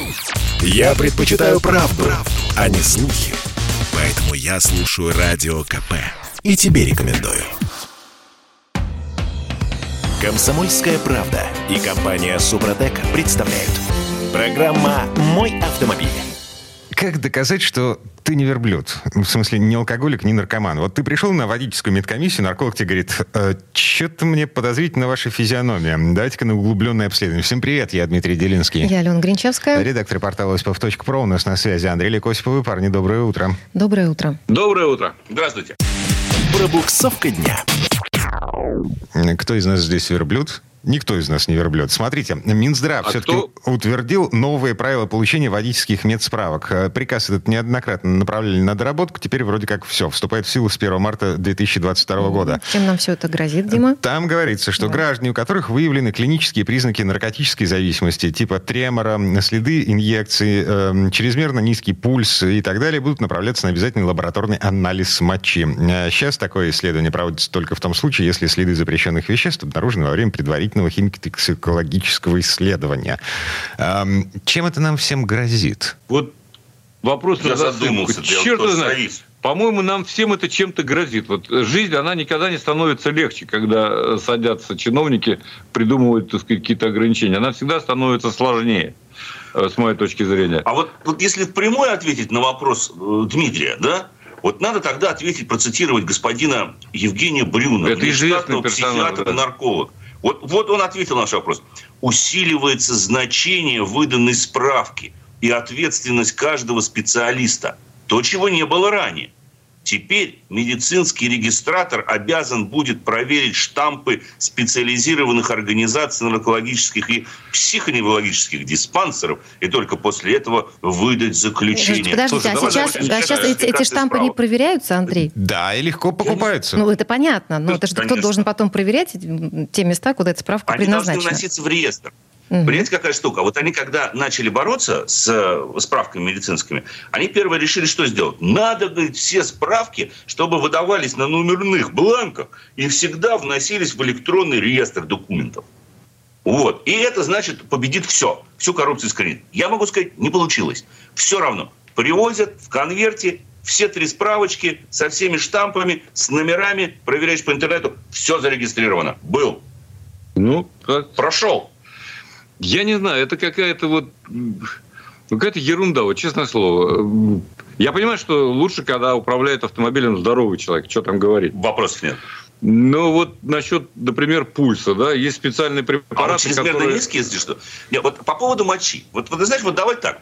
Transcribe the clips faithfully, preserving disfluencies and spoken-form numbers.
Я предпочитаю правду, правду, а не слухи. Поэтому я слушаю Радио КП. И тебе рекомендую. «Комсомольская правда» и компания «Супротек» представляют. Программа «Мой автомобиль». Как доказать, что ты не верблюд? В смысле, не алкоголик, не наркоман. Вот ты пришел на водительскую медкомиссию, нарколог тебе говорит: э, что-то мне подозрительно ваша физиономия. Давайте-ка на углубленное обследование. Всем привет, я Дмитрий Делинский. Я Алена Гринчевская. Редактор портала осипов точка про. У нас на связи Андрей Лекосипов. Парни, доброе утро. Доброе утро. Доброе утро. Здравствуйте. Пробуксовка дня. Кто из нас здесь верблюд? Никто из нас не верблюд. Смотрите, Минздрав а все-таки кто? утвердил новые правила получения водительских медсправок. Приказ этот неоднократно направляли на доработку. Теперь вроде как все. Вступает в силу с первого марта две тысячи двадцать второго года. Чем нам все это грозит, Дима? Там говорится, что да. граждане, у которых выявлены клинические признаки наркотической зависимости, типа тремора, следы инъекции, э, чрезмерно низкий пульс и так далее, будут направляться на обязательный лабораторный анализ мочи. Сейчас такое исследование проводится только в том случае, если следы запрещенных веществ обнаружены во время предварительного химико-токсикологического исследования. Эм, чем это нам всем грозит? Вот вопрос я задумался. Черт знает. По-моему, нам всем это чем-то грозит. Вот жизнь, она никогда не становится легче, когда садятся чиновники, придумывают, так сказать, какие-то ограничения. Она всегда становится сложнее, с моей точки зрения. А вот, вот если впрямую ответить на вопрос э, Дмитрия, да? Вот надо тогда ответить, процитировать господина Евгения Брюна, это известный психиатр и нарколог. Вот, вот он ответил на наш вопрос. Усиливается значение выданной справки и ответственность каждого специалиста. То, чего не было ранее. Теперь медицинский регистратор обязан будет проверить штампы специализированных организаций наркологических и психоневрологических диспансеров и только после этого выдать заключение. Подождите, Слушай, а сейчас, а сейчас эти, эти штампы не проверяются, Андрей? Да, и легко покупаются. Ну, это понятно, но это же кто должен потом проверять те места, куда эта справка Они предназначена? Они должны вноситься в реестр. Угу. Понимаете, какая штука? Вот они, когда начали бороться с справками медицинскими, они первое решили, что сделать. Надо, говорит, все справки, чтобы выдавались на номерных бланках и всегда вносились в электронный реестр документов. Вот. И это, значит, победит все. Всю коррупцию искоренит. Я могу сказать, не получилось. Все равно. Привозят в конверте все три справочки со всеми штампами, с номерами, проверяешь по интернету, все зарегистрировано. Был. Ну, как... Прошел. Я не знаю, это какая-то вот какая-то ерунда, вот честное слово. Я понимаю, что лучше, когда управляет автомобилем здоровый человек, что там говорить. Вопросов нет. Но вот насчет, например, пульса, да, есть специальные препараты, а вот чрезмерно которые... низкие, если что. Нет, вот по поводу мочи. Вот, вот знаешь, вот давай так.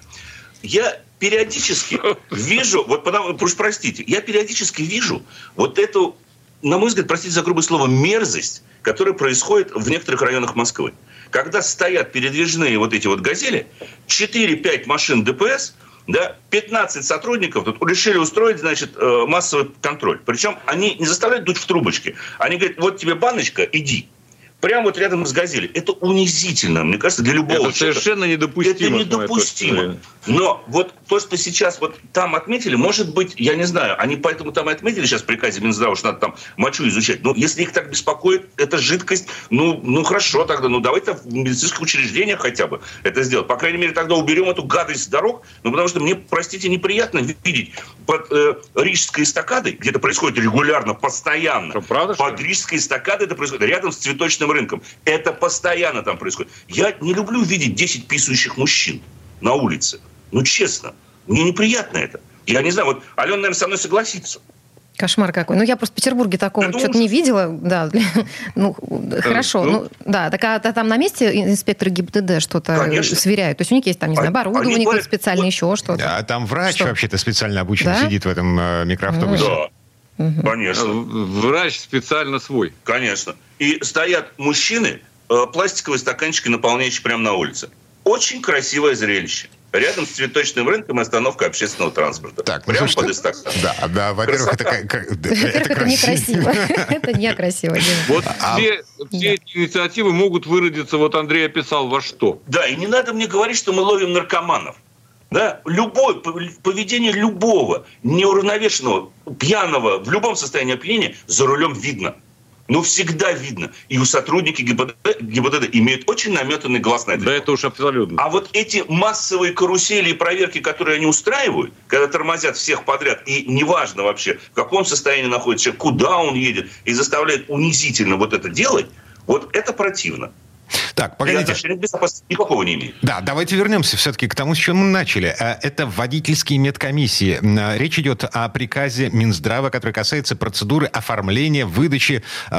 Я периодически вижу, вот потому, уж простите, я периодически вижу вот эту, на мой взгляд, простите за грубое слово, мерзость, которая происходит в некоторых районах Москвы. Когда стоят передвижные вот эти вот «Газели», четыре-пять машин ДПС, да, пятнадцать сотрудников тут решили устроить, значит, массовый контроль. Причем они не заставляют дуть в трубочки. Они говорят, вот тебе баночка, иди. Прямо вот рядом с «Газелью». Это унизительно, мне кажется, для любого это человека. Совершенно недопустимо. Это недопустимо. Но вот то, что сейчас вот там отметили, может быть, я не знаю, они поэтому там и отметили сейчас в приказе Минздрава, что надо там мочу изучать. Но если их так беспокоит эта жидкость, ну, ну хорошо тогда, ну давайте в медицинских учреждениях хотя бы это сделать. По крайней мере, тогда уберем эту гадость с дорог, ну потому что мне, простите, неприятно видеть под э, Рижской эстакадой, где это происходит регулярно, постоянно. Что, правда, под Рижской эстакадой это происходит, рядом с цветочным рынком. Это постоянно там происходит. Я не люблю видеть десять писающих мужчин на улице. Ну, честно. Мне неприятно это. Я не знаю, вот Алена, наверное, со мной согласится. Кошмар какой. Ну, я просто в Петербурге такого это что-то ужас. не видела. Да. Ну, хорошо. Ну, ну, да, так а там на месте инспекторы ГИБДД что-то Конечно. сверяют. То есть у них есть там, не знаю, оборудование какое-то специальное, вот, еще что-то. Да, там врач что? вообще-то специально обучен, да? сидит в этом э, микроавтобусе. Да. Угу. Конечно. Врач специально свой. Конечно. И стоят мужчины, э, пластиковые стаканчики, наполняющие прямо на улице. Очень красивое зрелище. Рядом с цветочным рынком остановка общественного транспорта. Так, прямо ну, под эстакадой. Да, да, во-первых, это, во-первых, это некрасиво. Это некрасиво. Вот все эти инициативы могут выродиться, вот Андрей описал, во что. Да, и не надо мне говорить, что мы ловим наркоманов. Да? Любое поведение любого неуравновешенного, пьяного, в любом состоянии опьянения за рулем видно. Но всегда видно. И у сотрудников ГИБДД, ГИБДД имеют очень наметанный глаз на это. Да, это уж абсолютно. А вот эти массовые карусели и проверки, которые они устраивают, когда тормозят всех подряд, и неважно вообще, в каком состоянии находится человек, куда он едет, и заставляют унизительно вот это делать, вот это противно. Так, погодите. И отношения к безопасности никакого не имеет. Да, давайте вернемся все-таки к тому, с чего мы начали. Это водительские медкомиссии. Речь идет о приказе Минздрава, который касается процедуры оформления, выдачи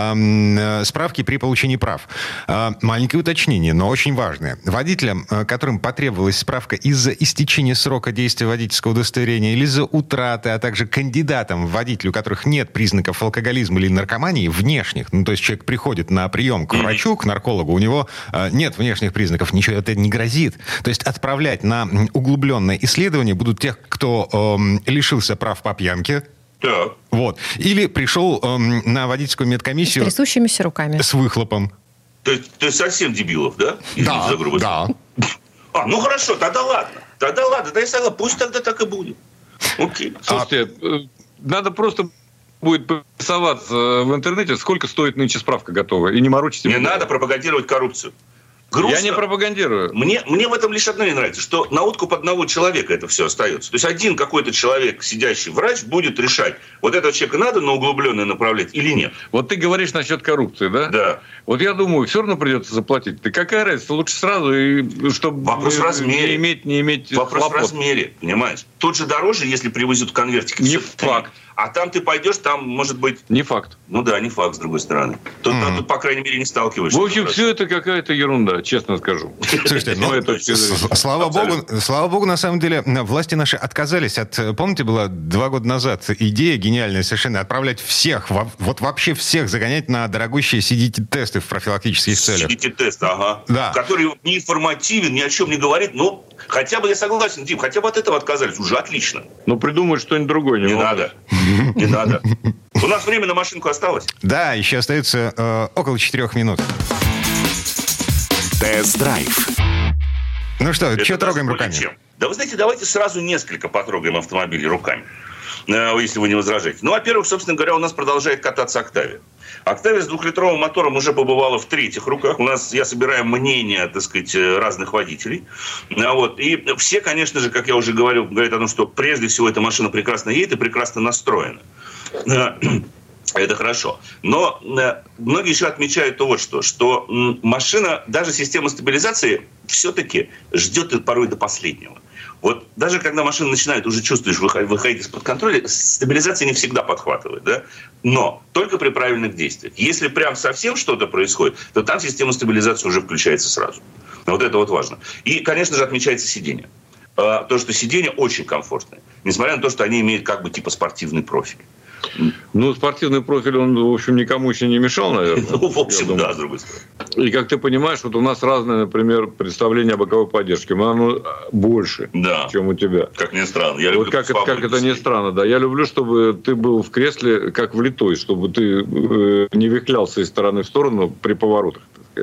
э, справки при получении прав. Э, маленькое уточнение, но очень важное. Водителям, которым потребовалась справка из-за истечения срока действия водительского удостоверения или из-за утраты, а также кандидатам в водителю, у которых нет признаков алкоголизма или наркомании, внешних, ну то есть человек приходит на прием к врачу, к наркологу, у него нет внешних признаков, ничего это не грозит. То есть отправлять на углубленное исследование будут тех, кто э, лишился прав по пьянке. Так. Вот. Или пришел э, на водительскую медкомиссию... С трясущимися руками. С выхлопом. То есть, то есть совсем дебилов, да? Да, да. А, ну хорошо, тогда ладно. Тогда ладно, да я согласен. Пусть тогда так и будет. Окей. Слушайте, а... надо просто... будет порисоваться в интернете, сколько стоит нынче справка готова. И не морочите. Не надо пропагандировать коррупцию. Грустно. Я не пропагандирую. Мне, мне в этом лишь одно не нравится, что на откуп одного человека это все остается. То есть один какой-то человек, сидящий врач, будет решать, вот этого человека надо на углубленное направлять или нет. Вот ты говоришь насчет коррупции, да? Да. Вот я думаю, все равно придется заплатить. Да какая разница? Лучше сразу, и, чтобы вопрос в размере. Не иметь, не иметь вопрос хлопот. В размере, понимаешь? Тут же дороже, если привезут конвертик. Не факт. А там ты пойдешь, там может быть... Не факт. Ну да, не факт, с другой стороны. Тут, mm-hmm. там, тут по крайней мере, не сталкиваешься. В общем, все это какая-то ерунда, честно скажу. Слушайте, ну, слава богу, слава богу, на самом деле, власти наши отказались от... Помните, была два года назад идея гениальная совершенно, отправлять всех, вот вообще всех загонять на дорогущие си ди ти-тесты в профилактических целях. си ди ти-тест, ага. Да. Который не информативен, ни о чем не говорит, но хотя бы я согласен, Дим, хотя бы от этого отказались, уже отлично. Ну, придумают что-нибудь другое. Не надо. Не надо. У нас время на машинку осталось? Да, еще остается э, около четырех минут. Тест-драйв. Ну что, что трогаем руками? Чем? Да вы знаете, давайте сразу несколько потрогаем автомобилей руками, э, если вы не возражаете. Ну, во-первых, собственно говоря, у нас продолжает кататься «Октавия». «Октавия» с двухлитровым мотором уже побывала в третьих руках. У нас, я собираю мнения, так сказать, разных водителей. Вот. И все, конечно же, как я уже говорил, говорят о том, что прежде всего эта машина прекрасно едет и прекрасно настроена. Это хорошо. Но многие еще отмечают то вот что, что машина, даже система стабилизации все-таки ждет порой до последнего. Вот даже когда машина начинает, уже чувствуешь, выходить из-под контроля, стабилизация не всегда подхватывает, да? Но только при правильных действиях. Если прям совсем что-то происходит, то там система стабилизации уже включается сразу. Вот это вот важно. И, конечно же, отмечается сиденье. То, что сиденье очень комфортное. Несмотря на то, что они имеют как бы типа спортивный профиль. Ну, спортивный профиль, он, в общем, никому еще не мешал, наверное. Ну, в общем, да, с другой стороны. И, как ты понимаешь, вот у нас разное, например, представление о боковой поддержке. Оно больше, да. чем у тебя. Как ни странно. Я вот как, это, как это ни странно, да. Я люблю, чтобы ты был в кресле как влитой, чтобы ты э, не вихлялся из стороны в сторону при поворотах.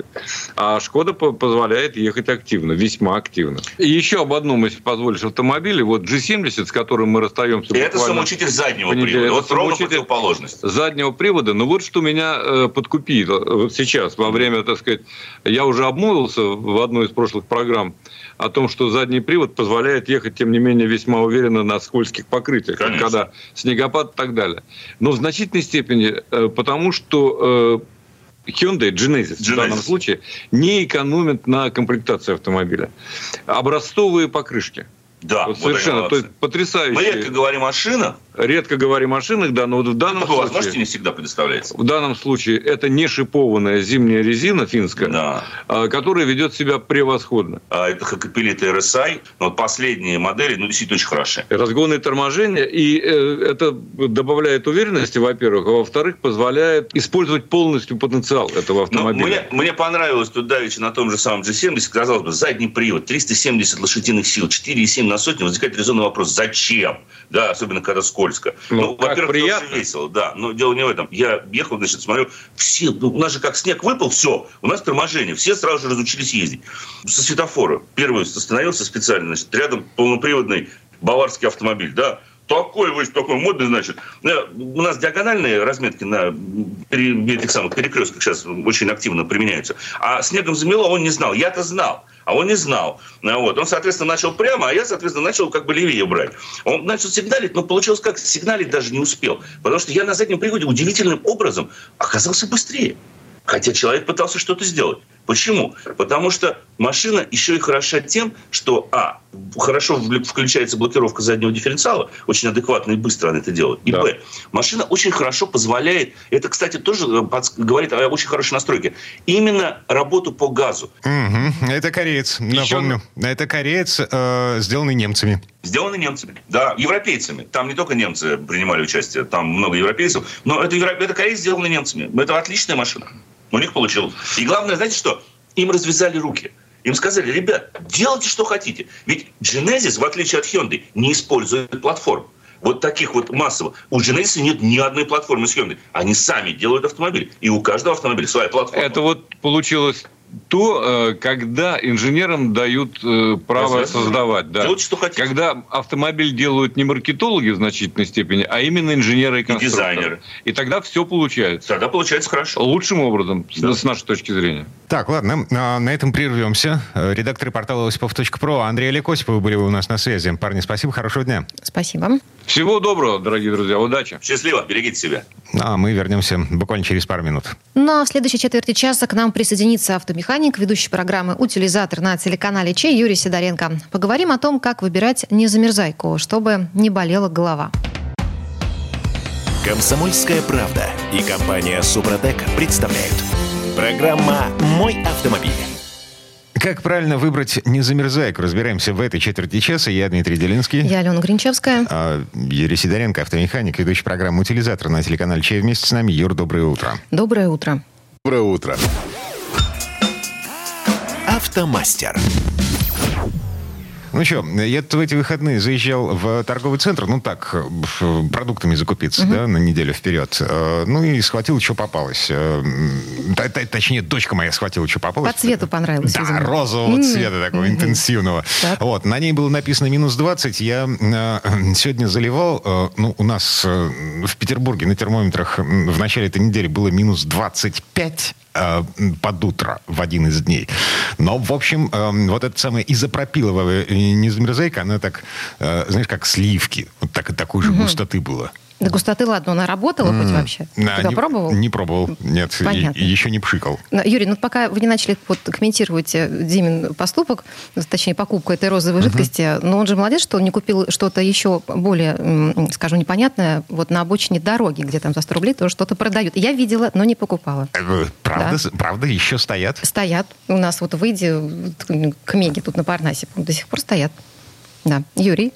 А «Шкода» позволяет ехать активно, весьма активно. И еще об одном, если позволишь, автомобиле. Вот джи семьдесят, с которым мы расстаемся... И это самоучитель заднего привода. Вот ровно противоположность. Заднего привода. Но вот что меня э, подкупило вот сейчас, во время, так сказать... Я уже обмолвился в одной из прошлых программ о том, что задний привод позволяет ехать, тем не менее, весьма уверенно на скользких покрытиях. Конечно. Когда снегопад и так далее. Но в значительной степени, э, потому что... Э, Hyundai Genesis, Genesis в данном случае не экономит на комплектации автомобиля. Образцовые покрышки. Да, вот совершенно, то есть потрясающие. Мы редко говорим о шинах. Редко говорим о шинах, да, но вот в данном Такой случае... возможности не всегда предоставляется. В данном случае это не шипованная зимняя резина финская, да. которая ведет себя превосходно. А это Hakkapeliitta эр эс ай, но вот последние модели, ну, действительно очень хороши. Разгоны и торможения, и э, это добавляет уверенности, во-первых, а во-вторых, позволяет использовать полностью потенциал этого автомобиля. Мне, мне понравилось тут давеча на том же самом джи семьдесят, казалось бы, задний привод, триста семьдесят лошадиных сил, четыре и семь на сотню, возникает резонный вопрос, зачем? Да, особенно когда скользко. Ну, ну во-первых, приятно. Это весело, да. Но дело не в этом. Я ехал, значит, смотрю, все, ну, у нас же как снег выпал, все, у нас торможение, все сразу же разучились ездить. Со светофора. Первый остановился специально, значит, рядом полноприводный баварский автомобиль, да. Такой весь, такой модный, значит. У нас диагональные разметки на этих самых перекрестках сейчас очень активно применяются. А снегом замело, он не знал. Я-то знал, а он не знал. Вот. Он, соответственно, начал прямо, а я, соответственно, начал как бы левее брать. Он начал сигналить, но получилось как, сигналить даже не успел. Потому что я на заднем приводе удивительным образом оказался быстрее. Хотя человек пытался что-то сделать. Почему? Потому что машина еще и хороша тем, что, а, хорошо включается блокировка заднего дифференциала, очень адекватно и быстро она это делает. И, да. б, машина очень хорошо позволяет, это, кстати, тоже говорит о очень хорошей настройке, именно работу по газу. Угу. Это кореец, напомню. Еще... Это кореец, э, сделанный немцами. Сделанный немцами, да, европейцами. Там не только немцы принимали участие, там много европейцев, но это, это кореец, сделанный немцами. Это отличная машина. У них получилось. И главное, знаете что? Им развязали руки. Им сказали, ребят, делайте, что хотите. Ведь Genesis, в отличие от Hyundai, не использует платформ. Вот таких вот массово. У Genesis нет ни одной платформы с Hyundai. Они сами делают автомобиль. И у каждого автомобиля своя платформа. Это вот получилось... то, когда инженерам дают право Разве? создавать. Да. Делать, что хотите. Когда автомобиль делают не маркетологи в значительной степени, а именно инженеры и конструкторы. И дизайнеры. И тогда все получается. Тогда получается хорошо. Лучшим образом, да. с нашей точки зрения. Так, ладно, на этом прервемся. Редакторы портала осипов точка про Андрей и Олег Осиповы были у нас на связи. Парни, спасибо, хорошего дня. Спасибо. Всего доброго, дорогие друзья, удачи. Счастливо, берегите себя. А мы вернемся буквально через пару минут. Ну а в следующей четверти часа к нам присоединится автомеханик, ведущий программы «Утилизатор» на телеканале Че Юрий Сидоренко. Поговорим о том, как выбирать незамерзайку, чтобы не болела голова. «Комсомольская правда» и компания «Супротек» представляют. Программа «Мой автомобиль». Как правильно выбрать незамерзайку? Разбираемся в этой четверти часа. Я Дмитрий Делинский. Я Алена Гринчевская. А, Юрий Сидоренко, автомеханик, ведущий программы «Утилизатор» на телеканале Че. Вместе с нами. Юр, доброе утро. Доброе утро. Доброе утро. Автомастер. Ну что, я в эти выходные заезжал в торговый центр, ну так, продуктами закупиться, uh-huh. да, на неделю вперед. Ну и схватил, что попалось. Точнее, дочка моя схватила, что попалось. По цвету понравилось. Да, видимо. розового mm-hmm. цвета такого, mm-hmm. интенсивного. Так. Вот, на ней было написано минус двадцать. Я сегодня заливал, ну, у нас в Петербурге на термометрах в начале этой недели было минус двадцать пять. Под утро в один из дней. Но, в общем, вот эта самая изопропиловая незамерзайка, она так, знаешь, как сливки. Вот так, такой же угу. густоты было. До густоты, ладно, она работала mm. хоть вообще? Да, Ты не, пробовал? Не пробовал, нет. Понятно. И, еще не пшикал. Юрий, ну пока вы не начали вот, комментировать Димин поступок, точнее, покупку этой розовой uh-huh. жидкости, но он же молодец, что он не купил что-то еще более, скажем, непонятное вот на обочине дороги, где там за сто рублей тоже что-то продают. Я видела, но не покупала. Правда? Да. Правда? Еще стоят? Стоят. У нас вот выйди к Меге тут на Парнасе, до сих пор стоят. Да. Юрий?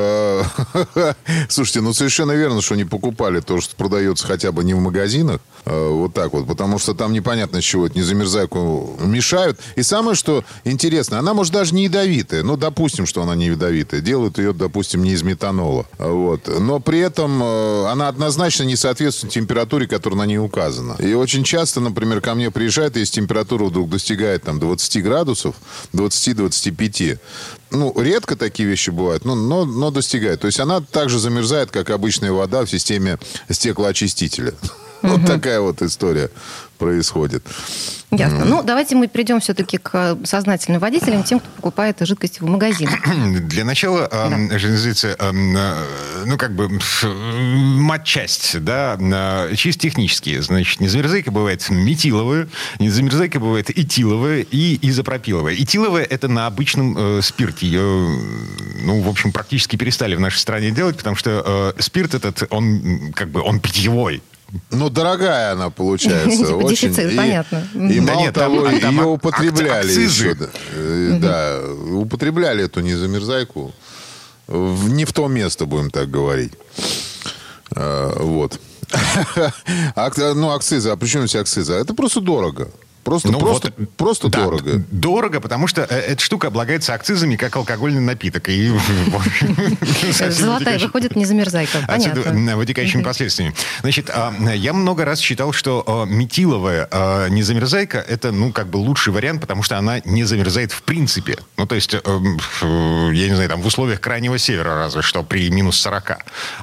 Слушайте, ну совершенно верно, что не покупали то, что продается хотя бы не в магазинах. Вот так вот. Потому что там непонятно, с чего это незамерзайку мешают. И самое, что интересно, она, может, даже не ядовитая. Ну, допустим, что она не ядовитая. Делают ее, допустим, не из метанола. Вот. Но при этом она однозначно не соответствует температуре, которая на ней указана. И очень часто, например, ко мне приезжает, если температура вдруг достигает там двадцать градусов, двадцать-двадцать пять. Ну, редко такие вещи бывают, но, но, но достигает. То есть она также замерзает, как обычная вода в системе стеклоочистителя. Вот угу. такая вот история происходит. Ясно. Mm. Ну, давайте мы перейдем все-таки к сознательным водителям, тем, кто покупает жидкости в магазинах. Для начала, да. э, железицы, э, ну, как бы, матчасть, да, э, чисто технические. Значит, незамерзайка бывает метиловая, незамерзайка бывает этиловая и изопропиловая. Этиловая – это на обычном э, спирте. Ее, ну, в общем, практически перестали в нашей стране делать, потому что э, спирт этот, он, как бы, он питьевой. Ну, дорогая она получается. Типа дефицит, понятно. И мало того, ее употребляли еще. Да, употребляли эту незамерзайку не в то место, будем так говорить. Вот. Ну, акциза. А при чем здесь акциза? Это просто дорого. Просто, ну, просто, вот, просто да, дорого. Дорого, потому что эта штука облагается акцизами, как алкогольный напиток. И золотая выходит незамерзайка. Понятно. Вытекающими последствиями. Значит, я много раз считал, что метиловая незамерзайка – это, ну, как бы лучший вариант, потому что она не замерзает в принципе. Ну, то есть, я не знаю, там в условиях крайнего севера разве что при минус сорока.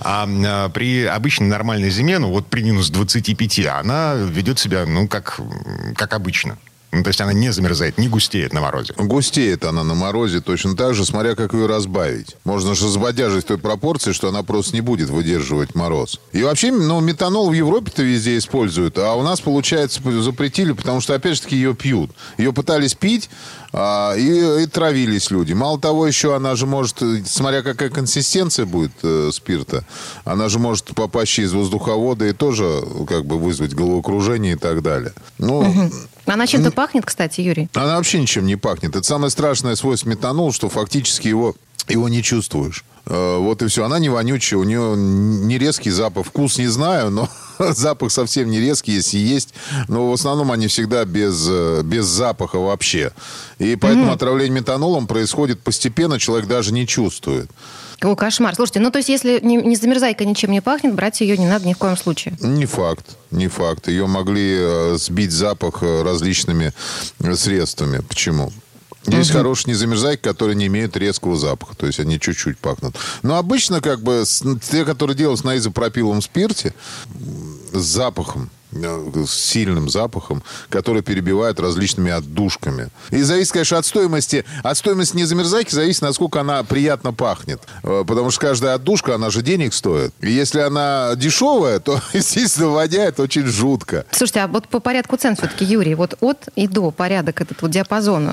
А при обычной нормальной зиме, ну, вот при минус двадцати пяти, она ведет себя, ну, как, как обычно. Ну, то есть она не замерзает, не густеет на морозе. Густеет она на морозе точно так же, смотря как ее разбавить. Можно же разбодяжить в той пропорции, что она просто не будет выдерживать мороз. И вообще, ну, метанол в Европе-то везде используют, а у нас, получается, запретили, потому что, опять же таки, ее пьют. Ее пытались пить, а, и, и травились люди. Мало того, еще она же может, смотря какая консистенция будет э, спирта, она же может попасть из воздуховода и тоже как бы вызвать головокружение и так далее. Ну... Угу. Она чем-то пахнет, кстати, Юрий? Она вообще ничем не пахнет. Это самое страшное свойство метанола, что фактически его, его не чувствуешь. Э, вот и все. Она не вонючая, у нее не резкий запах. Вкус не знаю, но запах совсем не резкий, если есть. Но в основном они всегда без, без запаха вообще. И поэтому mm-hmm. отравление метанолом происходит постепенно, человек даже не чувствует. О, кошмар. Слушайте, ну то есть если не, не замерзайка ничем не пахнет, брать ее не надо ни в коем случае? Не факт, не факт. Ее могли э, сбить запах различными средствами. Почему? Есть угу. хорошие незамерзайки, которые не имеют резкого запаха. То есть они чуть-чуть пахнут. Но обычно как бы те, которые делаются на изопропиловом спирте, с запахом, с сильным запахом, который перебивают различными отдушками. И зависит, конечно, от стоимости. От стоимости незамерзайки зависит, насколько она приятно пахнет. Потому что каждая отдушка, она же денег стоит. И если она дешевая, то, естественно, воняет очень жутко. Слушайте, а вот по порядку цен все-таки, Юрий, вот от и до порядок, этот вот диапазон,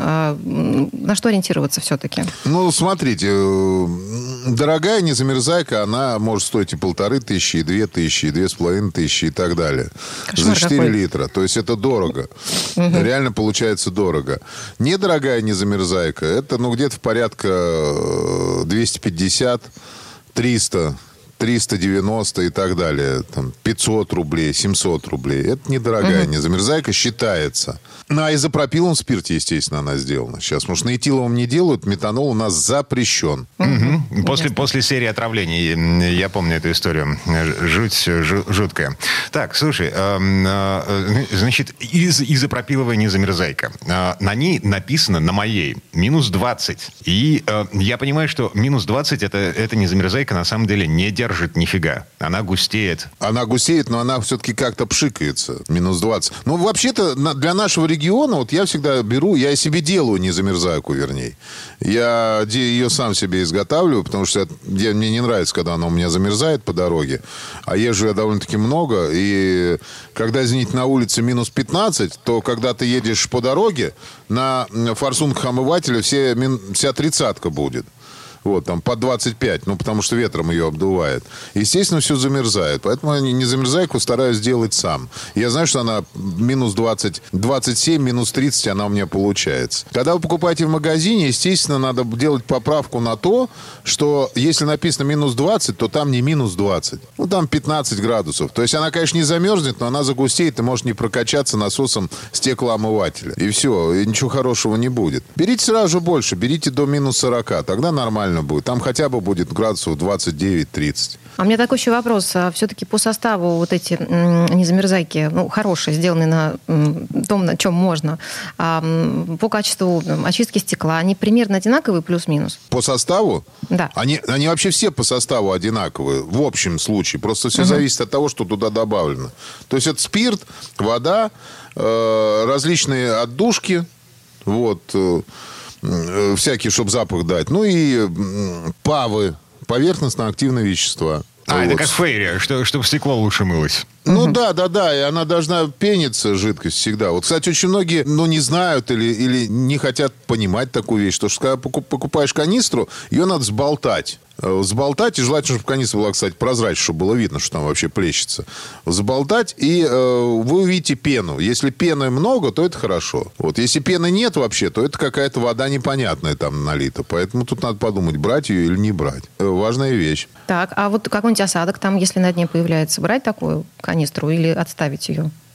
на что ориентироваться все-таки? Ну, смотрите, дорогая незамерзайка, она может стоить и полторы тысячи, и две тысячи, и две с половиной тысячи, и так далее. Кошмар за четыре какой. Литра. То есть это дорого. Угу. Реально получается дорого. Недорогая незамерзайка, это ну где-то в порядка двести пятьдесят, триста, триста девяносто и так далее. Там, пятьсот рублей, семьсот рублей. Это недорогая угу. незамерзайка, считается. На изопропиловом спирте, естественно, она сделана сейчас. Потому что на этиловом не делают, метанол у нас запрещен. Угу. После, после серии отравлений, я помню эту историю. Жуть жуткая. Так, слушай, значит, из, изопропиловая незамерзайка. На ней написано, на моей, минус двадцать. И я понимаю, что минус двадцать это, это незамерзайка на самом деле не держит нифига. Она густеет. Она густеет, но она все-таки как-то пшикается. Минус двадцать. Ну, вообще-то, для нашего региона региона, вот я всегда беру, я себе делаю незамерзайку, вернее. Я ее сам себе изготавливаю, потому что я, мне не нравится, когда она у меня замерзает по дороге. А езжу я довольно-таки много. И когда, извините, на улице минус пятнадцать, то когда ты едешь по дороге, на форсунках омывателя все, вся тридцатка будет. Вот, там, по двадцать пять, ну, потому что ветром ее обдувает. Естественно, все замерзает. Поэтому я не замерзайку стараюсь сделать сам. Я знаю, что она минус двадцать, двадцать семь, минус тридцать она у меня получается. Когда вы покупаете в магазине, естественно, надо делать поправку на то, что если написано минус двадцать, то там не минус двадцать. Ну, там пятнадцать градусов. То есть она, конечно, не замерзнет, но она загустеет и может не прокачаться насосом стеклоомывателя. И все, и ничего хорошего не будет. Берите сразу же больше, берите до минус сорока, тогда нормально будет. Там хотя бы будет градусов двадцать девять тридцать. А у меня такой еще вопрос. А все-таки по составу вот эти м, незамерзайки, ну, хорошие, сделанные на м, том, на чем можно, а, по качеству очистки стекла, они примерно одинаковые плюс-минус? По составу? Да. Они, они вообще все по составу одинаковые, в общем случае. Просто все угу. зависит от того, что туда добавлено. То есть это спирт, вода, э, различные отдушки, вот, э, всякие, чтобы запах дать. Ну и павы, поверхностно-активные вещества. А, вот. Это как фейри, что, чтобы стекло лучше мылось. Ну угу. да, да, да, и она должна пениться, жидкость, всегда. Вот, кстати, очень многие, ну, не знают или, или не хотят понимать такую вещь, что когда покупаешь канистру, ее надо сболтать. Сболтать, и желательно, чтобы канистра была, кстати, прозрачной, чтобы было видно, что там вообще плещется. Сболтать, и э, вы увидите пену. Если пены много, то это хорошо. Вот, если пены нет вообще, то это какая-то вода непонятная там налита. Поэтому тут надо подумать, брать ее или не брать. Важная вещь. Так, а вот какой-нибудь осадок там, если на дне появляется, брать такую канистру или отставить ее?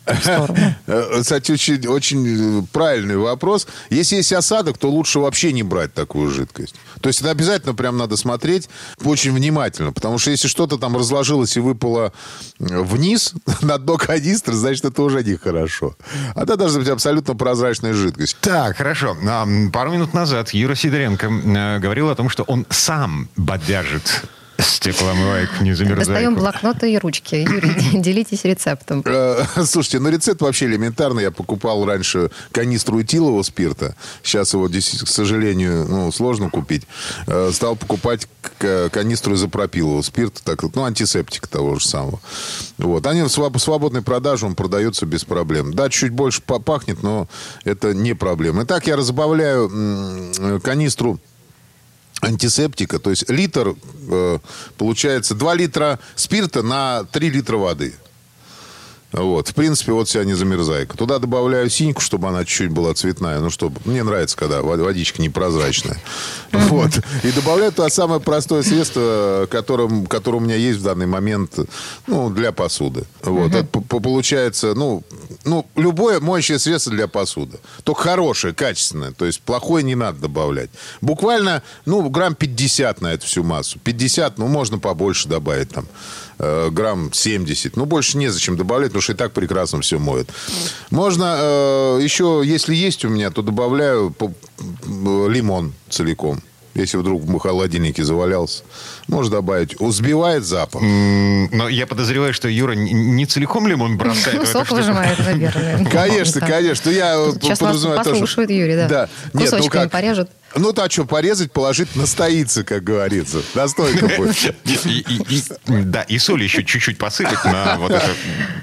Кстати, очень, очень правильный вопрос. Если есть осадок, то лучше вообще не брать такую жидкость. То есть это обязательно прям надо смотреть очень внимательно. Потому что если что-то там разложилось и выпало вниз на дно канистры, значит, это уже нехорошо. А это должна быть абсолютно прозрачная жидкость. Так, хорошо. Пару минут назад Юра Сидоренко говорил о том, что он сам бодяжит стеклоомывайку, не замерзайку. Достаем блокноты и ручки. Юрий, делитесь рецептом. Слушайте, ну рецепт вообще элементарный. Я покупал раньше канистру этилового спирта. Сейчас его, к сожалению, ну, сложно купить. Стал покупать канистру изопропилового спирта, так, ну, антисептик того же самого. Вот. Они в свободной продаже, он продается без проблем. Да, чуть больше попахнет, но это не проблема. Итак, я разбавляю канистру антисептика, то есть литр, э, получается, два литра спирта на три литра воды. Вот. В принципе, вот вся незамерзайка. Туда добавляю синьку, чтобы она чуть-чуть была цветная. Ну, чтобы... Мне нравится, когда водичка непрозрачная. Вот. И добавляю туда самое простое средство, которое, которое у меня есть в данный момент, ну, для посуды. Вот. Это получается, ну, ну, любое моющее средство для посуды. Только хорошее, качественное. То есть плохое не надо добавлять. Буквально, ну, грамм пятьдесят на эту всю массу. пятьдесят, ну, можно побольше добавить там. Грамм семьдесят. Ну, больше незачем добавлять, потому что и так прекрасно все моет. Можно э, еще, если есть у меня, то добавляю по, по, лимон целиком. Если вдруг в холодильнике завалялся, можно добавить. Взбивает запах. Но я подозреваю, что Юра не целиком лимон бросает. Сок выжимает, наверное. Конечно, конечно. Я сейчас вас послушает Юрий, да. Кусочками порежет. Ну, так что, порезать, положить, настоится, как говорится. Настойка будет. Да, и соль еще чуть-чуть посыпать на вот это...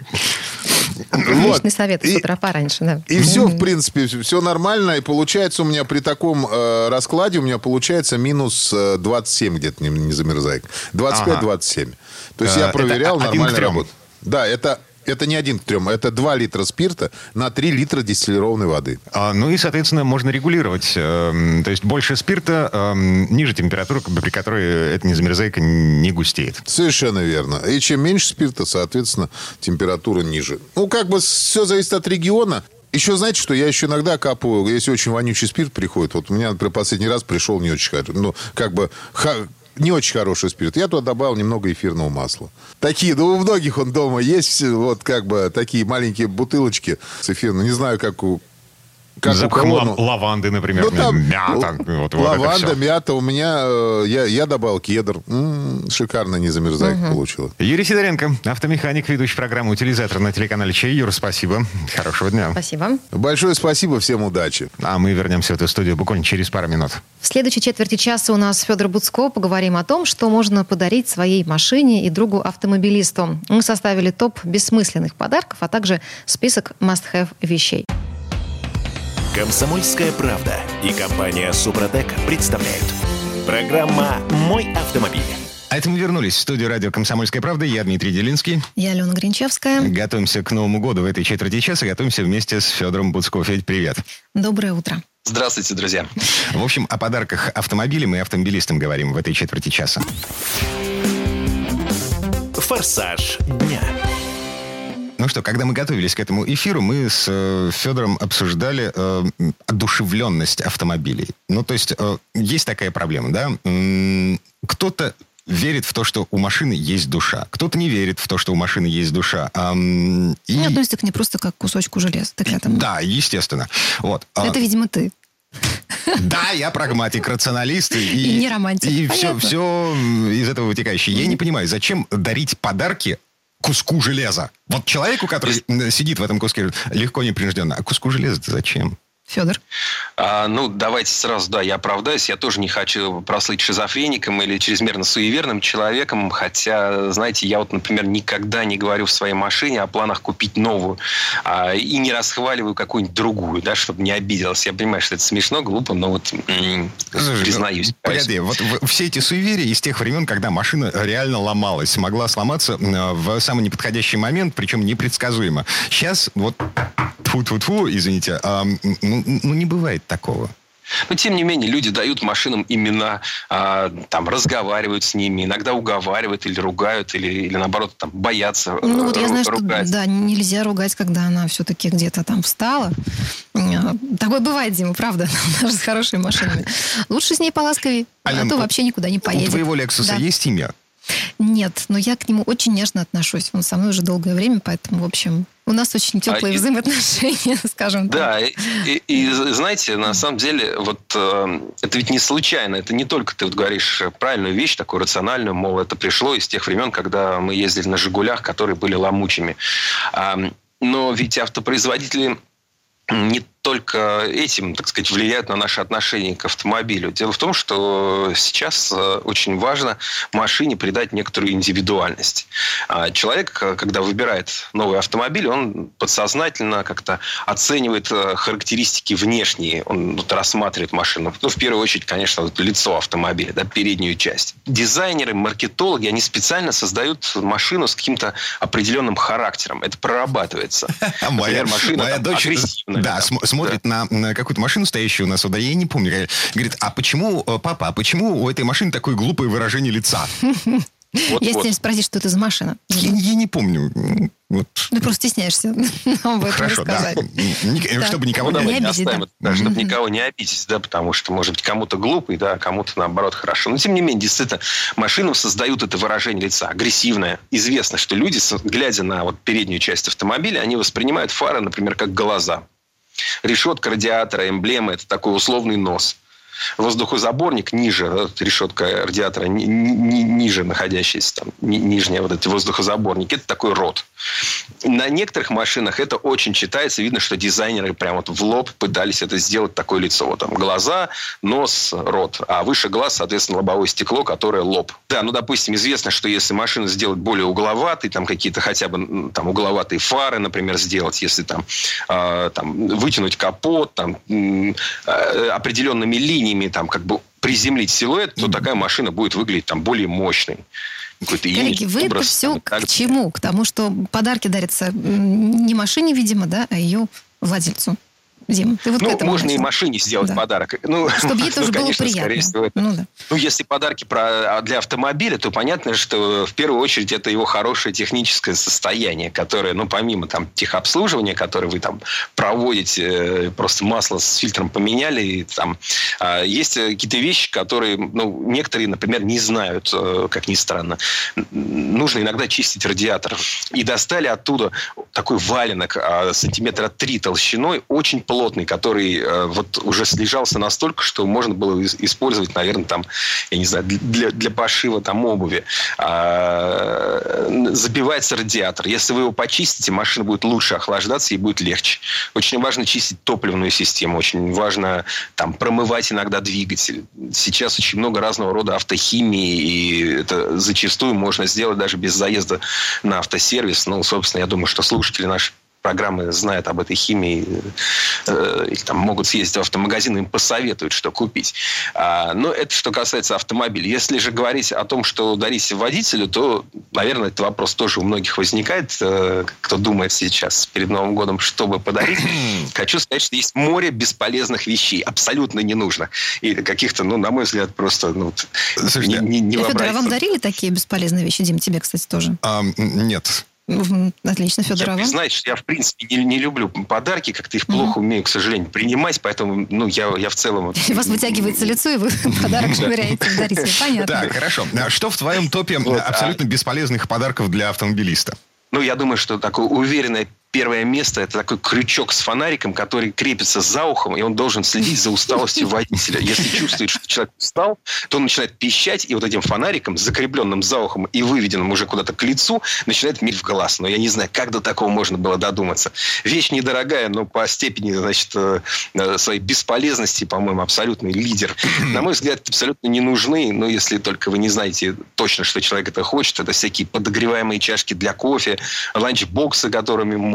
Отличный совет с утра пораньше, да. И все, в принципе, все нормально. И получается у меня при таком э, раскладе, у меня получается минус двадцать семь где-то, не, не замерзайка. двадцать пять - двадцать семь. То есть а, я проверял, нормально работает. Да, это... Это не один к трем, это два литра спирта на три литра дистиллированной воды. А, ну и, соответственно, можно регулировать. Э, то есть больше спирта, э, ниже температура, при которой эта незамерзайка не густеет. Совершенно верно. И чем меньше спирта, соответственно, температура ниже. Ну, как бы все зависит от региона. Еще знаете, что я еще иногда капаю, если очень вонючий спирт приходит. Вот у меня, например, последний раз пришел не очень хороший. Ну, как бы... Не очень хороший спирт. Я туда добавил немного эфирного масла. Такие, ну, у многих он дома есть, вот как бы такие маленькие бутылочки с эфирным. Не знаю, как у... Как запах лав- лаванды, например, ну, там, мята. Вот, лаванда, вот мята. У меня, я, я добавил кедр. М-м, шикарно незамерзайка угу. получила. Юрий Сидоренко, автомеханик, ведущий программы «Утилизатор» на телеканале «Чай». Юра, спасибо. Хорошего дня. Спасибо. Большое спасибо, всем удачи. А мы вернемся в эту студию буквально через пару минут. В следующей четверти часа у нас Федор Буцко. Поговорим о том, что можно подарить своей машине и другу-автомобилисту. Мы составили топ бессмысленных подарков, а также список must-have вещей. «Комсомольская правда» и компания «Супротек» представляют. Программа «Мой автомобиль». А это мы вернулись в студию радио «Комсомольская правда». Я Дмитрий Делинский. Я Алена Гринчевская. Готовимся к Новому году в этой четверти часа. Готовимся вместе с Федором Буцко. Федь, привет. Доброе утро. Здравствуйте, друзья. В общем, о подарках автомобилям и автомобилистам говорим в этой четверти часа. «Форсаж дня». Ну что, когда мы готовились к этому эфиру, мы с э, Федором обсуждали э, одушевленность автомобилей. Ну, то есть, э, есть такая проблема, да? М-м, кто-то верит в то, что у машины есть душа. Кто-то не верит в то, что у машины есть душа. А, и... Не относится к ней просто как к кусочку железа. Так это... Да, естественно. Вот. Это, видимо, ты. Да, я прагматик, рационалист. И, и не романтик. И все, все из этого вытекающее. Я не понимаю, зачем дарить подарки куску железа? Вот человеку, который сидит в этом куске, легко непринужденно. А куску железа-то зачем? Федор? А, ну, давайте сразу, да, я оправдаюсь. Я тоже не хочу прослыть шизофреником или чрезмерно суеверным человеком. Хотя, знаете, я вот, например, никогда не говорю в своей машине о планах купить новую. А, и не расхваливаю какую-нибудь другую, да, чтобы не обиделась. Я понимаю, что это смешно, глупо, но вот м- Слушай, признаюсь. Ну, погоди, вот в, все эти суеверия из тех времен, когда машина реально ломалась, могла сломаться в самый неподходящий момент, причем непредсказуемо. Сейчас вот... Тьфу-тьфу-тьфу, извините, а, ну, ну, не бывает такого. Но, тем не менее, люди дают машинам имена, а, там, разговаривают с ними, иногда уговаривают или ругают, или, или наоборот, там, боятся ругать. Ну, вот я знаю, ругать. Что да, нельзя ругать, когда она все-таки где-то там встала. Такое бывает, Дима, правда, даже с хорошими машинами. Лучше с ней поласковее, Ален, а то вообще никуда не поедет. У твоего Лексуса да. есть имя? Нет, но я к нему очень нежно отношусь. Он со мной уже долгое время, поэтому, в общем, у нас очень теплые а взаимоотношения, и, скажем так. Да, и, и, и знаете, на самом деле, вот э, это ведь не случайно. Это не только ты вот говоришь правильную вещь, такую рациональную, мол, это пришло из тех времен, когда мы ездили на «Жигулях», которые были ломучими. А, но ведь автопроизводители не только этим, так сказать, влияют на наши отношения к автомобилю. Дело в том, что сейчас очень важно машине придать некоторую индивидуальность. Человек, когда выбирает новый автомобиль, он подсознательно как-то оценивает характеристики внешние. Он вот рассматривает машину. Ну, в первую очередь, конечно, вот лицо автомобиля, да, переднюю часть. Дизайнеры, маркетологи, они специально создают машину с каким-то определенным характером. Это прорабатывается. Например, машина агрессивная. Да, смотрит да. на, на какую-то машину, стоящую у нас, да, я не помню, говорит, а почему, папа, а почему у этой машины такое глупое выражение лица? Вот, я вот. Тебя спросить, что это за машина. Я, я не помню. Вот. Ты просто стесняешься об этом Хорошо, рассказать. Да. Да. Чтобы никого ну, не обидеть. Да. Да, чтобы mm-hmm. никого не обидеть, да, потому что, может быть, кому-то глупый, да, а кому-то, наоборот, хорошо. Но, тем не менее, действительно, машинам создают это выражение лица, агрессивное. Известно, что люди, глядя на вот переднюю часть автомобиля, они воспринимают фары, например, как глаза. Решетка радиатора, эмблема – это такой условный нос. Воздухозаборник ниже, решетка радиатора ни, ни, ниже находящаяся, там, ни, нижняя вот эти воздухозаборники, это такой рот. На некоторых машинах это очень читается, видно, что дизайнеры прямо вот в лоб пытались это сделать, такое лицо. Вот там глаза, нос, рот, а выше глаз, соответственно, лобовое стекло, которое лоб. Да, ну, допустим, известно, что если машину сделать более угловатой, там какие-то хотя бы там угловатые фары, например, сделать, если там, э, там вытянуть капот, там э, определенными линиями там как бы приземлить силуэт, то такая машина будет выглядеть там более мощной. Коллеги, вы это все к так... чему? К тому, что подарки дарятся не машине, видимо, да, а ее владельцу. Дим, ты вот ну, к этому можно начал. И машине сделать да. подарок. Ну, чтобы ей тоже ну, было приятно. Всего, это... ну, да. ну, если подарки про... для автомобиля, то понятно, что в первую очередь это его хорошее техническое состояние, которое, ну, помимо там техобслуживания, которое вы там проводите, просто масло с фильтром поменяли, и, там, есть какие-то вещи, которые, ну, некоторые, например, не знают, как ни странно. Нужно иногда чистить радиатор. И достали оттуда такой валенок сантиметра три толщиной, очень плотный, который э, вот уже слежался настолько, что можно было использовать, наверное, там, я не знаю, для, для пошива там обуви. А, забивается радиатор. Если вы его почистите, машина будет лучше охлаждаться и будет легче. Очень важно чистить топливную систему. Очень важно там промывать иногда двигатель. Сейчас очень много разного рода автохимии, и это зачастую можно сделать даже без заезда на автосервис. Ну, собственно, я думаю, что слушатели наши программы знают об этой химии, э, или там могут съездить в автомагазин, им посоветуют, что купить. А, но это что касается автомобиля. Если же говорить о том, что дарить водителю, то, наверное, этот вопрос тоже у многих возникает, э, кто думает сейчас перед Новым годом, что бы подарить. Хочу сказать, что есть море бесполезных вещей, абсолютно ненужных. И каких-то, ну, на мой взгляд, просто ну, Слушайте, не, не, не Федор, а вам дарили такие бесполезные вещи? Дим, тебе, кстати, тоже? А, нет. Отлично, Федор. Я, признаюсь, что я, в принципе, не, не люблю подарки, как-то их плохо mm-hmm. умею, к сожалению, принимать, поэтому, ну, я, я в целом... У вас вытягивается лицо, и вы подарок швыряете в дарителя. Понятно. Так, хорошо. Что в твоем топе абсолютно бесполезных подарков для автомобилиста? Ну, я думаю, что такое уверенное первое место – это такой крючок с фонариком, который крепится за ухом, и он должен следить за усталостью водителя. Если чувствует, что человек устал, то он начинает пищать, и вот этим фонариком, закрепленным за ухом и выведенным уже куда-то к лицу, начинает мить в глаз. Но я не знаю, как до такого можно было додуматься. Вещь недорогая, но по степени, значит, своей бесполезности, по-моему, абсолютный лидер. На мой взгляд, абсолютно не нужны, но если только вы не знаете точно, что человек это хочет, это всякие подогреваемые чашки для кофе, ланчбоксы, которыми можно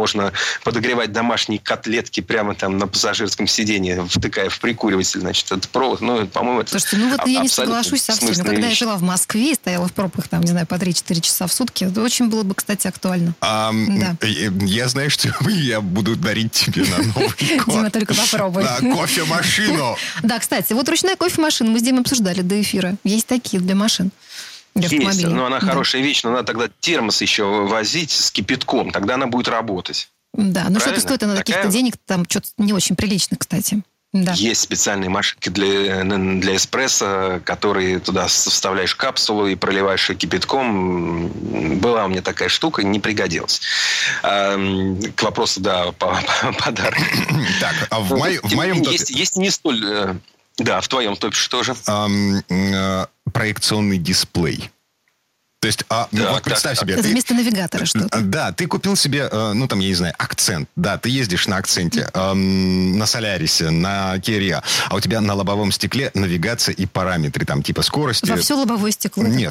можно подогревать домашние котлетки прямо там на пассажирском сиденье, втыкая в прикуриватель, значит, этот провод. Ну, по-моему, это Слушайте, ну вот я не соглашусь со всеми. Когда я жила в Москве и стояла в пробках, там, не знаю, по три-четыре часа в сутки, это очень было бы, кстати, актуально. А, да. Я знаю, что я буду дарить тебе на Новый год. Дима, только попробуй. Кофемашину. Да, кстати, вот ручная кофемашина мы с Димой обсуждали до эфира. Есть такие для машин. Есть, но она да. хорошая вещь, но надо тогда термос еще возить с кипятком, тогда она будет работать. Да, ну что-то стоит она Такая... каких-то денег, там что-то не очень прилично, кстати. Да. Есть специальные машинки для, для эспрессо, которые туда вставляешь капсулу и проливаешь кипятком. Была у меня такая штука, не пригодилась. А, к вопросу, да, по, по подарок. Так, а в, мой, в моем топе... Есть, есть не столь... Да, в твоем топе что же? Um, uh, проекционный дисплей. То есть, а, ну, так, вот представь так, себе... Это вместо навигатора что-то. Да, ты купил себе, ну, там, я не знаю, акцент. Да, ты ездишь на акценте, эм, на Солярисе, на Kia Rio, а у тебя на лобовом стекле навигация и параметры, там, типа скорости. Во все лобовое стекло, Нет,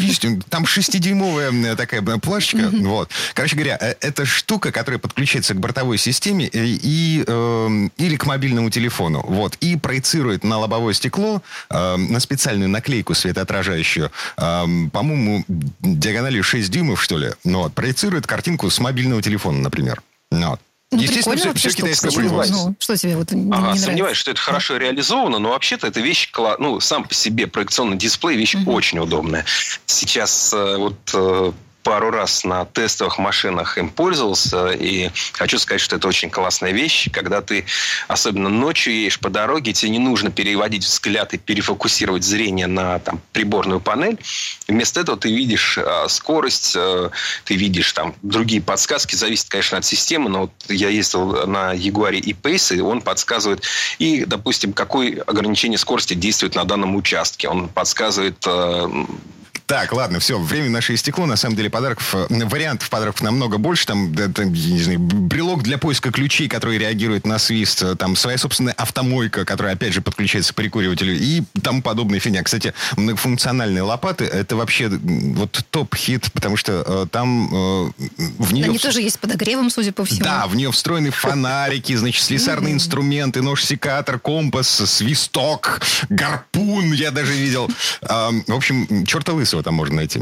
там шестидюймовая такая плашечка. Mm-hmm. Вот. Короче говоря, это штука, которая подключается к бортовой системе и, и, э, или к мобильному телефону. Вот. И проецирует на лобовое стекло э, на специальную наклейку светоотражающую, э, по-моему, диагональю шесть дюймов, что ли, но вот, проецирует картинку с мобильного телефона, например. Вот. Ну, естественно, все, все китайское производство. Ну, что тебе вот не, ага, не сомневаюсь, нравится? что это хорошо реализовано, но вообще-то эта вещь, ну, сам по себе проекционный дисплей вещь uh-huh. очень удобная. Сейчас вот пару раз на тестовых машинах им пользовался, и хочу сказать, что это очень классная вещь, когда ты, особенно ночью, едешь по дороге, тебе не нужно переводить взгляд и перефокусировать зрение на там, приборную панель. Вместо этого ты видишь э, скорость, э, ты видишь там другие подсказки, зависит, конечно, от системы, но вот я ездил на Jaguar E-Pace, и он подсказывает, и, допустим, какое ограничение скорости действует на данном участке. Он подсказывает... Э, Так, ладно, все, время наше истекло. На самом деле подарков, вариантов подарков намного больше. Там, там я не знаю, брелок для поиска ключей, который реагирует на свист. Там своя собственная автомойка, которая, опять же, подключается к прикуривателю. И тому подобная фигня. Кстати, многофункциональные лопаты, это вообще вот топ-хит, потому что э, там э, в нее... Они в... тоже есть с подогревом, судя по всему. Да, в нее встроены фонарики, значит, слесарные инструменты, нож-секатор, компас, свисток, гарпун, я даже видел. Э, в общем, черта лысого там можно найти.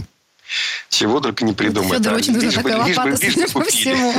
Чего только не придумать. Федор, очень нужна такая лопата, судя по всему.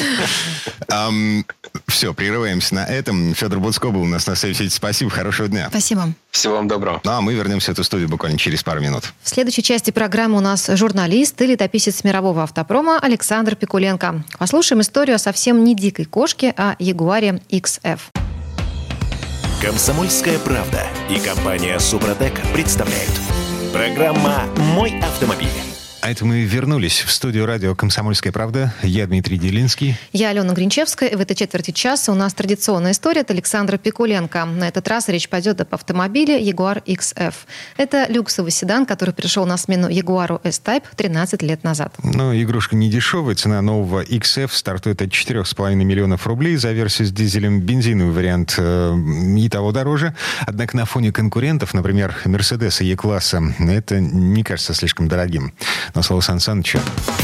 Все, прерываемся на этом. Федор Буцко был у нас на связи. Спасибо, хорошего дня. Спасибо. Всего вам доброго. Ну, а мы вернемся в эту студию буквально через пару минут. В следующей части программы у нас журналист и летописец мирового автопрома Александр Пикуленко. Послушаем историю о совсем не дикой кошке, а Jaguar икс эф. «Комсомольская правда» и компания «Супротек» представляют. Программа «Мой автомобиль». А это мы вернулись в студию радио «Комсомольская правда». Я Дмитрий Делинский. Я Алена Гринчевская. И в этой четверти часа у нас традиционная история от Александра Пикуленко. На этот раз речь пойдет об автомобиле Jaguar икс эф. Это люксовый седан, который пришел на смену Jaguar S-Type тринадцать лет назад. Ну, игрушка не дешевая. Цена нового икс эф стартует от четырех с половиной миллионов рублей. За версию с дизелем бензиновый вариант э, и того дороже. Однако на фоне конкурентов, например, Mercedes и E-класса, это не кажется слишком дорогим. Но слово Сан Санычу.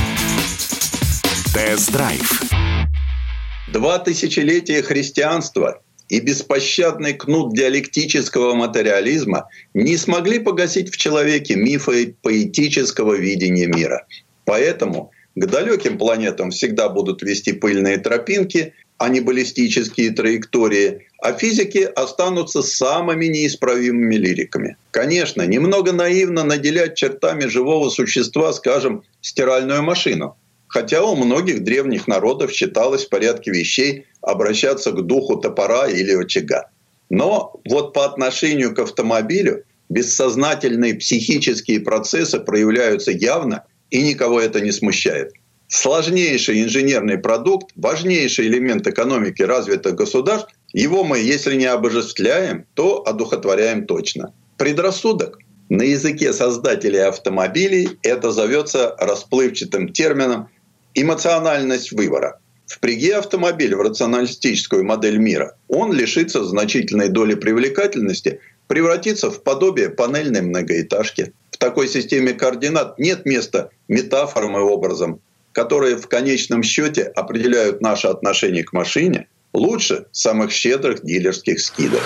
Тест-драйв. Два тысячелетия христианства и беспощадный кнут диалектического материализма не смогли погасить в человеке мифы поэтического видения мира. Поэтому к далеким планетам всегда будут вести пыльные тропинки, а не баллистические траектории, а физики останутся самыми неисправимыми лириками. Конечно, немного наивно наделять чертами живого существа, скажем, стиральную машину. Хотя у многих древних народов считалось в порядке вещей обращаться к духу топора или очага. Но вот по отношению к автомобилю бессознательные психические процессы проявляются явно, и никого это не смущает. Сложнейший инженерный продукт, важнейший элемент экономики развитых государств, его мы, если не обожествляем, то одухотворяем точно. Предрассудок. На языке создателей автомобилей это зовется расплывчатым термином «эмоциональность выбора». Впряги автомобиль в рационалистическую модель мира, он лишится значительной доли привлекательности, превратится в подобие панельной многоэтажки. В такой системе координат нет места метафорам и образам. которые в конечном счете определяют наше отношение к машине, лучше самых щедрых дилерских скидок.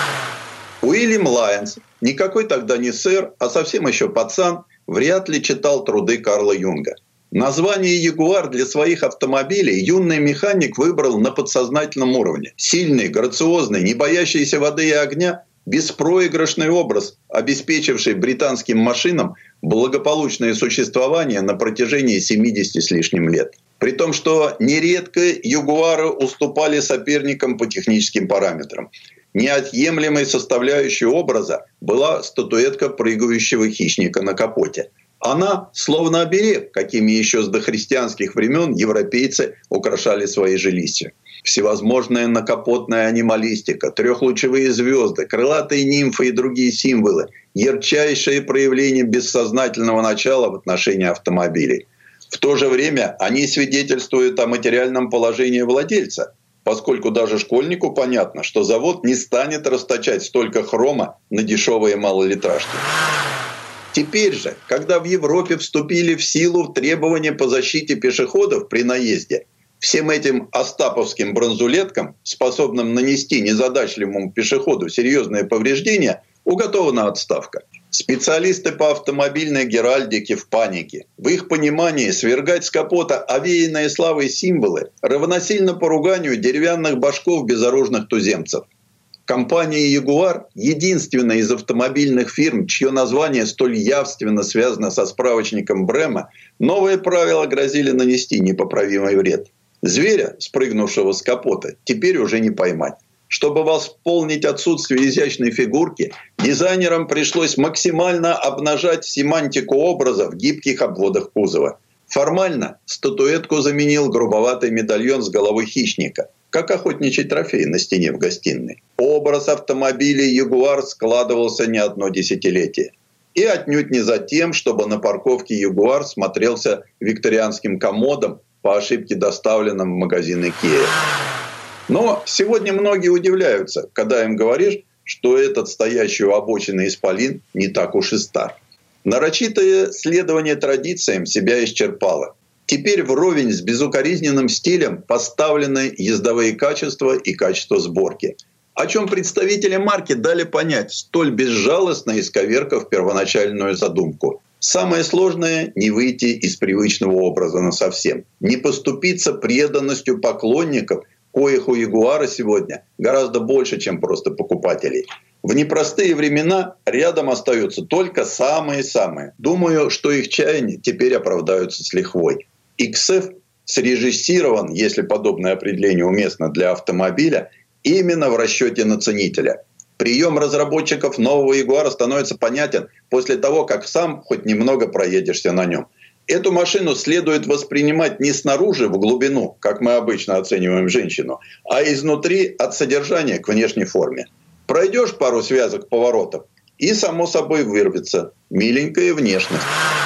Уильям Лайонс, никакой тогда не сэр, а совсем еще пацан, вряд ли читал труды Карла Юнга. Название «Ягуар» для своих автомобилей юный механик выбрал на подсознательном уровне. Сильный, грациозный, не боящийся воды и огня, беспроигрышный образ, обеспечивший британским машинам благополучное существование на протяжении семидесяти с лишним лет. При том, что нередко «Ягуары» уступали соперникам по техническим параметрам. Неотъемлемой составляющей образа была статуэтка прыгающего хищника на капоте. Она словно оберег, какими еще с дохристианских времен европейцы украшали свои жилища. Всевозможная накапотная анималистика, трехлучевые звезды, крылатые нимфы и другие символы – ярчайшие проявления бессознательного начала в отношении автомобилей. В то же время они свидетельствуют о материальном положении владельца, поскольку даже школьнику понятно, что завод не станет расточать столько хрома на дешевые малолитражки. Теперь же, когда в Европе вступили в силу требования по защите пешеходов при наезде, всем этим остаповским бронзулеткам, способным нанести незадачливому пешеходу серьезные повреждения, уготована отставка. Специалисты по автомобильной геральдике в панике. В их понимании свергать с капота овеянные славой символы равносильно поруганию деревянных башков безоружных туземцев. Компания «Ягуар» — единственная из автомобильных фирм, чье название столь явственно связано со справочником Брема, новые правила грозили нанести непоправимый вред. Зверя, спрыгнувшего с капота, теперь уже не поймать. Чтобы восполнить отсутствие изящной фигурки, дизайнерам пришлось максимально обнажать семантику образа в гибких обводах кузова. Формально статуэтку заменил грубоватый медальон с головой хищника, как охотничий трофей на стене в гостиной. Образ автомобиля «Ягуар» складывался не одно десятилетие. И отнюдь не за тем, чтобы на парковке «Ягуар» смотрелся викторианским комодом, по ошибке доставленным в магазин «Икеа». Но сегодня многие удивляются, когда им говоришь, что этот стоящий у обочины исполин не так уж и стар. Нарочитое следование традициям себя исчерпало. Теперь вровень с безукоризненным стилем поставлены ездовые качества и качество сборки, о чем представители марки дали понять, столь безжалостно исковеркав первоначальную задумку. Самое сложное – не выйти из привычного образа насовсем, не поступиться преданностью поклонников, коих у «Ягуара» сегодня гораздо больше, чем просто покупателей. В непростые времена рядом остаются только самые-самые. Думаю, что их чаяния теперь оправдаются с лихвой. икс эф срежиссирован, если подобное определение уместно для автомобиля, именно в расчете на ценителя. Прием разработчиков нового «Ягуара» становится понятен после того, как сам хоть немного проедешься на нем. Эту машину следует воспринимать не снаружи в глубину, как мы обычно оцениваем женщину, а изнутри от содержания к внешней форме. Пройдешь пару связок поворотов, и само собой вырвется миленькая внешность.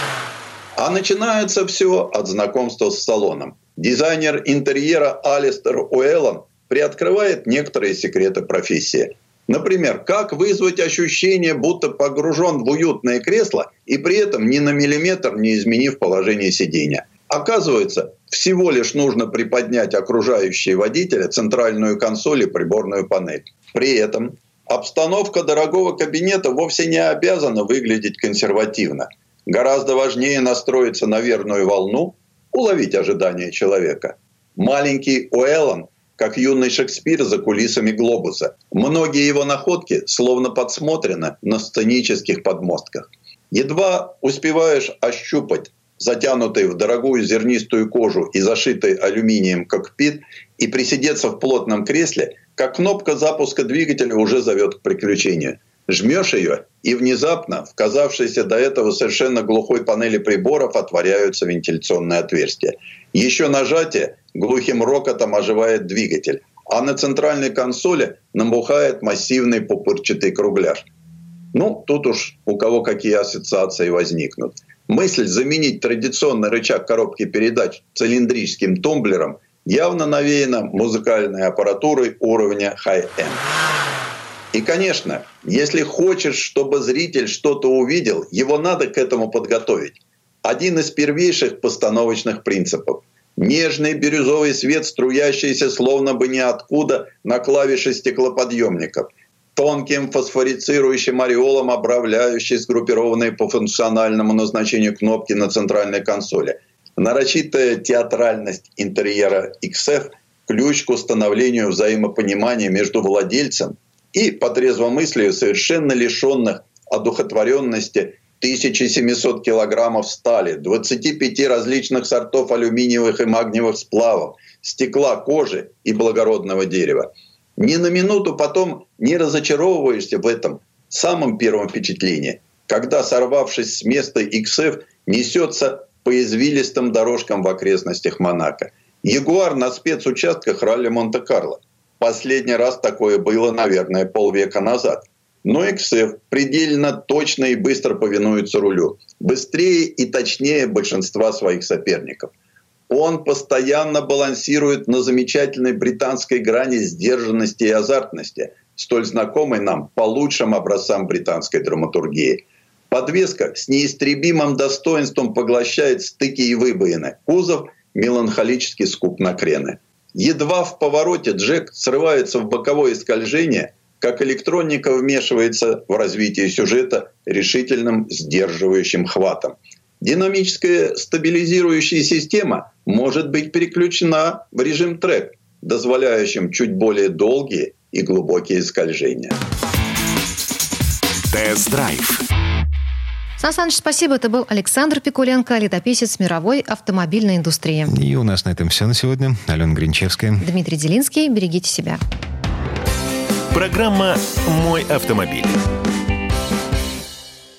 А начинается все от знакомства с салоном. Дизайнер интерьера Алистер Уэллон приоткрывает некоторые секреты профессии. Например, как вызвать ощущение, будто погружен в уютное кресло и при этом ни на миллиметр не изменив положение сидения. Оказывается, всего лишь нужно приподнять окружающие водителя центральную консоль и приборную панель. При этом обстановка дорогого кабинета вовсе не обязана выглядеть консервативно. Гораздо важнее настроиться на верную волну, уловить ожидания человека. Маленький Уэллон, как юный Шекспир за кулисами глобуса. Многие его находки словно подсмотрены на сценических подмостках. Едва успеваешь ощупать затянутый в дорогую зернистую кожу и зашитый алюминием кокпит и присидеться в плотном кресле, как кнопка запуска двигателя уже зовет к приключению. Жмешь ее, и внезапно в казавшейся до этого совершенно глухой панели приборов отворяются вентиляционные отверстия. Еще нажатие глухим рокотом оживает двигатель, а на центральной консоли набухает массивный пупырчатый кругляш. Ну, тут уж у кого какие ассоциации возникнут. Мысль заменить традиционный рычаг коробки передач цилиндрическим тумблером явно навеяна музыкальной аппаратурой уровня хай-энд. И, конечно, если хочешь, чтобы зритель что-то увидел, его надо к этому подготовить. Один из первейших постановочных принципов. Нежный бирюзовый свет, струящийся словно бы ниоткуда на клавиши стеклоподъемников. Тонким фосфорицирующим ореолом обрамляющий сгруппированные по функциональному назначению кнопки на центральной консоли. Нарочитая театральность интерьера икс эф – ключ к установлению взаимопонимания между владельцем и, по трезвомыслию, совершенно лишенных одухотворенности тысяча семьсот килограммов стали, двадцати пяти различных сортов алюминиевых и магниевых сплавов, стекла, кожи и благородного дерева. Ни на минуту потом не разочаровываешься в этом самом первом впечатлении, когда, сорвавшись с места, икс эф несется по извилистым дорожкам в окрестностях Монако. Ягуар на спецучастках ралли Монте-Карло. Последний раз такое было, наверное, полвека назад. Но икс эф предельно точно и быстро повинуется рулю. Быстрее и точнее большинства своих соперников. Он постоянно балансирует на замечательной британской грани сдержанности и азартности, столь знакомой нам по лучшим образцам британской драматургии. Подвеска с неистребимым достоинством поглощает стыки и выбоины. Кузов меланхолически скуп на крены. Едва в повороте Джек срывается в боковое скольжение, как электроника вмешивается в развитие сюжета решительным сдерживающим хватом. Динамическая стабилизирующая система может быть переключена в режим трек, дозволяющим чуть более долгие и глубокие скольжения. Тест-драйв. Сан Саныч, спасибо. Это был Александр Пикуленко, летописец мировой автомобильной индустрии. И у нас на этом все на сегодня. Алена Гринчевская. Дмитрий Делинский. Берегите себя. Программа «Мой автомобиль».